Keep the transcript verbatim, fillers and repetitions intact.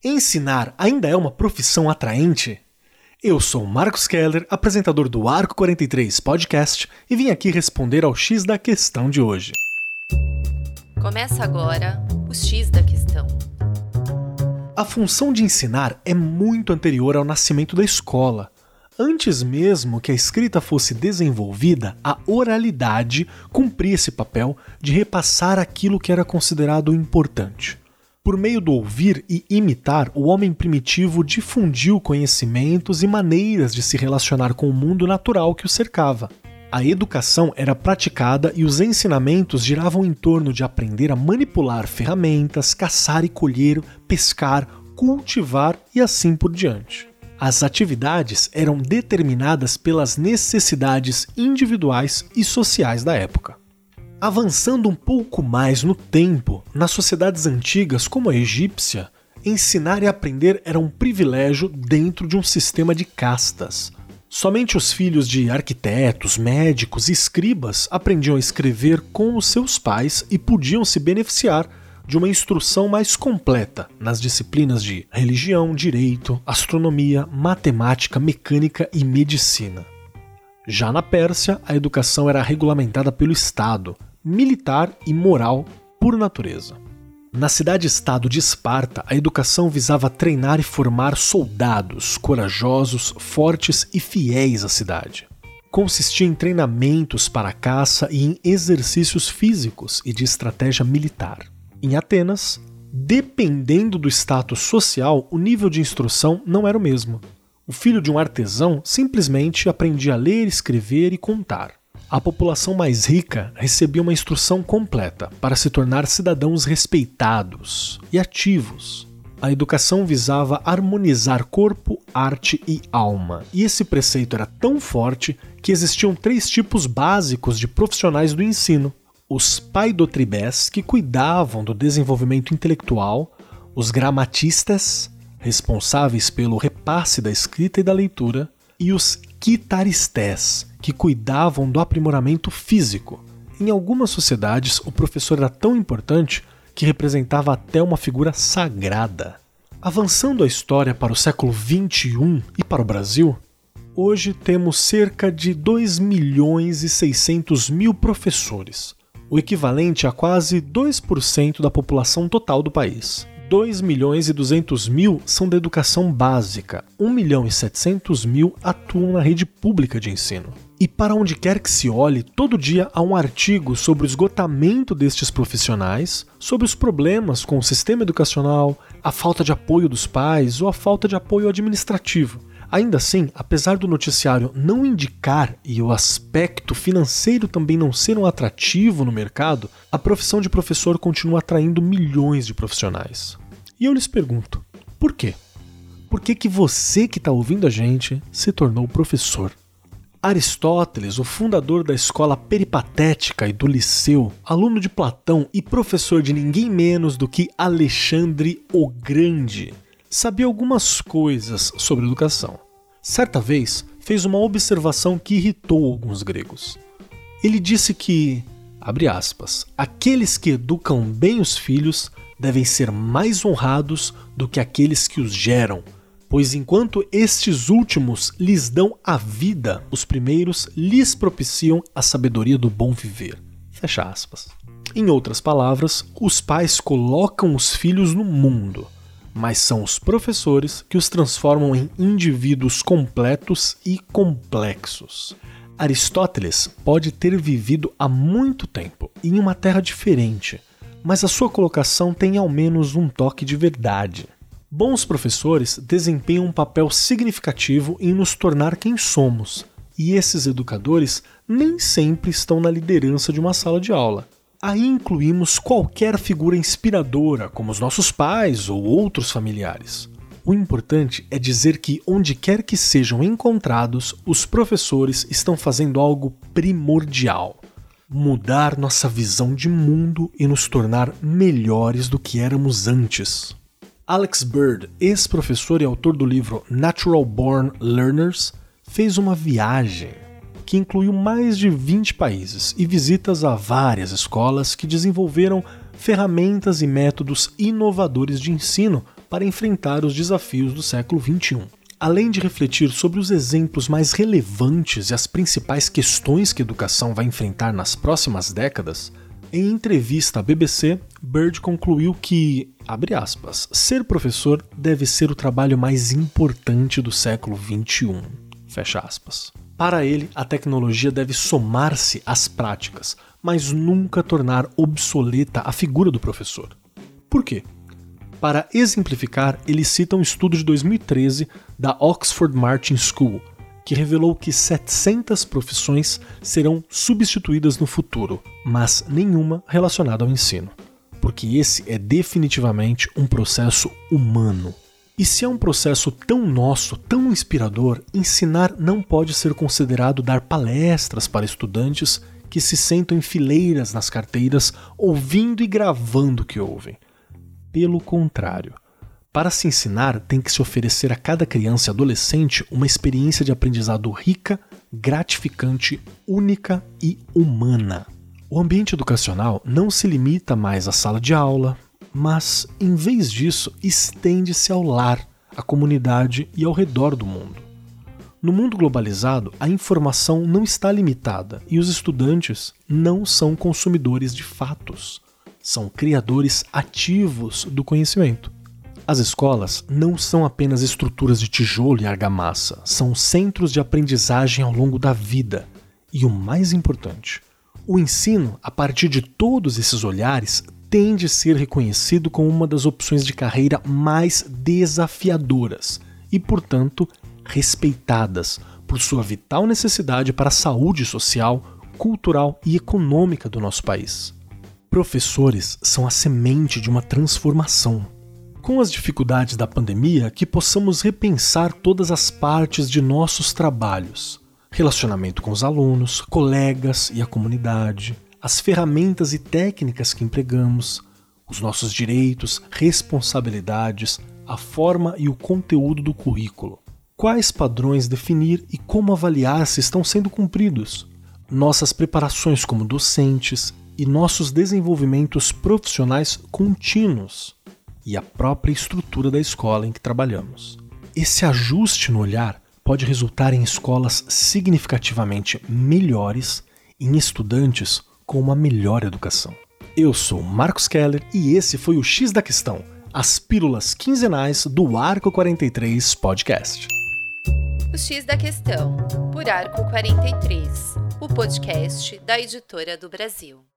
Ensinar ainda é uma profissão atraente? Eu sou Marcos Keller, apresentador do Arco quarenta e três Podcast, e vim aqui responder ao X da questão de hoje. Começa agora o X da questão. A função de ensinar é muito anterior ao nascimento da escola. Antes mesmo que a escrita fosse desenvolvida, a oralidade cumpria esse papel de repassar aquilo que era considerado importante. Por meio do ouvir e imitar, o homem primitivo difundiu conhecimentos e maneiras de se relacionar com o mundo natural que o cercava. A educação era praticada e os ensinamentos giravam em torno de aprender a manipular ferramentas, caçar e colher, pescar, cultivar e assim por diante. As atividades eram determinadas pelas necessidades individuais e sociais da época. Avançando um pouco mais no tempo, nas sociedades antigas como a egípcia, ensinar e aprender era um privilégio dentro de um sistema de castas. Somente os filhos de arquitetos, médicos e escribas aprendiam a escrever com os seus pais e podiam se beneficiar de uma instrução mais completa nas disciplinas de religião, direito, astronomia, matemática, mecânica e medicina. Já na Pérsia, a educação era regulamentada pelo Estado, militar e moral por natureza. Na cidade-estado de Esparta, a educação visava treinar e formar soldados corajosos, fortes e fiéis à cidade. Consistia em treinamentos para a caça e em exercícios físicos e de estratégia militar. Em Atenas, dependendo do status social, o nível de instrução não era o mesmo. O filho de um artesão simplesmente aprendia a ler, escrever e contar. A população mais rica recebia uma instrução completa para se tornar cidadãos respeitados e ativos. A educação visava harmonizar corpo, arte e alma, e esse preceito era tão forte que existiam três tipos básicos de profissionais do ensino: os paidotribés, que cuidavam do desenvolvimento intelectual, os gramatistas, responsáveis pelo repasse da escrita e da leitura, e os quitaristés, que cuidavam do aprimoramento físico. Em algumas sociedades, o professor era tão importante que representava até uma figura sagrada. Avançando a história para o século vinte e um e para o Brasil, hoje temos cerca de dois milhões e seiscentos mil professores, o equivalente a quase dois por cento da população total do país. dois milhões e duzentos mil são da educação básica, um milhão e setecentos mil atuam na rede pública de ensino. E para onde quer que se olhe, todo dia há um artigo sobre o esgotamento destes profissionais, sobre os problemas com o sistema educacional, a falta de apoio dos pais ou a falta de apoio administrativo. Ainda assim, apesar do noticiário não indicar e o aspecto financeiro também não ser um atrativo no mercado, a profissão de professor continua atraindo milhões de profissionais. E eu lhes pergunto, por quê? Por que que você que está ouvindo a gente se tornou professor? Aristóteles, o fundador da escola peripatética e do Liceu, aluno de Platão e professor de ninguém menos do que Alexandre o Grande, sabia algumas coisas sobre educação. Certa vez, fez uma observação que irritou alguns gregos. Ele disse que, abre aspas, aqueles que educam bem os filhos devem ser mais honrados do que aqueles que os geram, pois enquanto estes últimos lhes dão a vida, os primeiros lhes propiciam a sabedoria do bom viver. Fecha aspas. Em outras palavras, os pais colocam os filhos no mundo, mas são os professores que os transformam em indivíduos completos e complexos. Aristóteles pode ter vivido há muito tempo em uma terra diferente, mas a sua colocação tem ao menos um toque de verdade. Bons professores desempenham um papel significativo em nos tornar quem somos, e esses educadores nem sempre estão na liderança de uma sala de aula. Aí incluímos qualquer figura inspiradora, como os nossos pais ou outros familiares. O importante é dizer que, onde quer que sejam encontrados, os professores estão fazendo algo primordial: mudar nossa visão de mundo e nos tornar melhores do que éramos antes. Alex Bird, ex-professor e autor do livro Natural Born Learners, fez uma viagem que incluiu mais de vinte países e visitas a várias escolas que desenvolveram ferramentas e métodos inovadores de ensino para enfrentar os desafios do século vinte e um. Além de refletir sobre os exemplos mais relevantes e as principais questões que a educação vai enfrentar nas próximas décadas, em entrevista à B B C, Bird concluiu que, abre aspas, ser professor deve ser o trabalho mais importante do século vinte e um, fecha aspas. Para ele, a tecnologia deve somar-se às práticas, mas nunca tornar obsoleta a figura do professor. Por quê? Para exemplificar, ele cita um estudo de dois mil e treze da Oxford Martin School, que revelou que setecentas profissões serão substituídas no futuro, mas nenhuma relacionada ao ensino, porque esse é definitivamente um processo humano. E se é um processo tão nosso, tão inspirador, ensinar não pode ser considerado dar palestras para estudantes que se sentam em fileiras nas carteiras, ouvindo e gravando o que ouvem. Pelo contrário, para se ensinar tem que se oferecer a cada criança e adolescente uma experiência de aprendizado rica, gratificante, única e humana. O ambiente educacional não se limita mais à sala de aula, mas, em vez disso, estende-se ao lar, à comunidade e ao redor do mundo. No mundo globalizado, a informação não está limitada e os estudantes não são consumidores de fatos. São criadores ativos do conhecimento. As escolas não são apenas estruturas de tijolo e argamassa, são centros de aprendizagem ao longo da vida. E o mais importante, o ensino, a partir de todos esses olhares, tende a ser reconhecido como uma das opções de carreira mais desafiadoras e, portanto, respeitadas por sua vital necessidade para a saúde social, cultural e econômica do nosso país. Professores são a semente de uma transformação. Com as dificuldades da pandemia, que possamos repensar todas as partes de nossos trabalhos. Relacionamento com os alunos, colegas e a comunidade, as ferramentas e técnicas que empregamos, os nossos direitos, responsabilidades, a forma e o conteúdo do currículo. Quais padrões definir e como avaliar se estão sendo cumpridos. Nossas preparações como docentes, e nossos desenvolvimentos profissionais contínuos e a própria estrutura da escola em que trabalhamos. Esse ajuste no olhar pode resultar em escolas significativamente melhores e em estudantes com uma melhor educação. Eu sou Marcos Keller e esse foi o X da Questão, as pílulas quinzenais do Arco quarenta e três Podcast. O X da Questão, por Arco quarenta e três, o podcast da Editora do Brasil.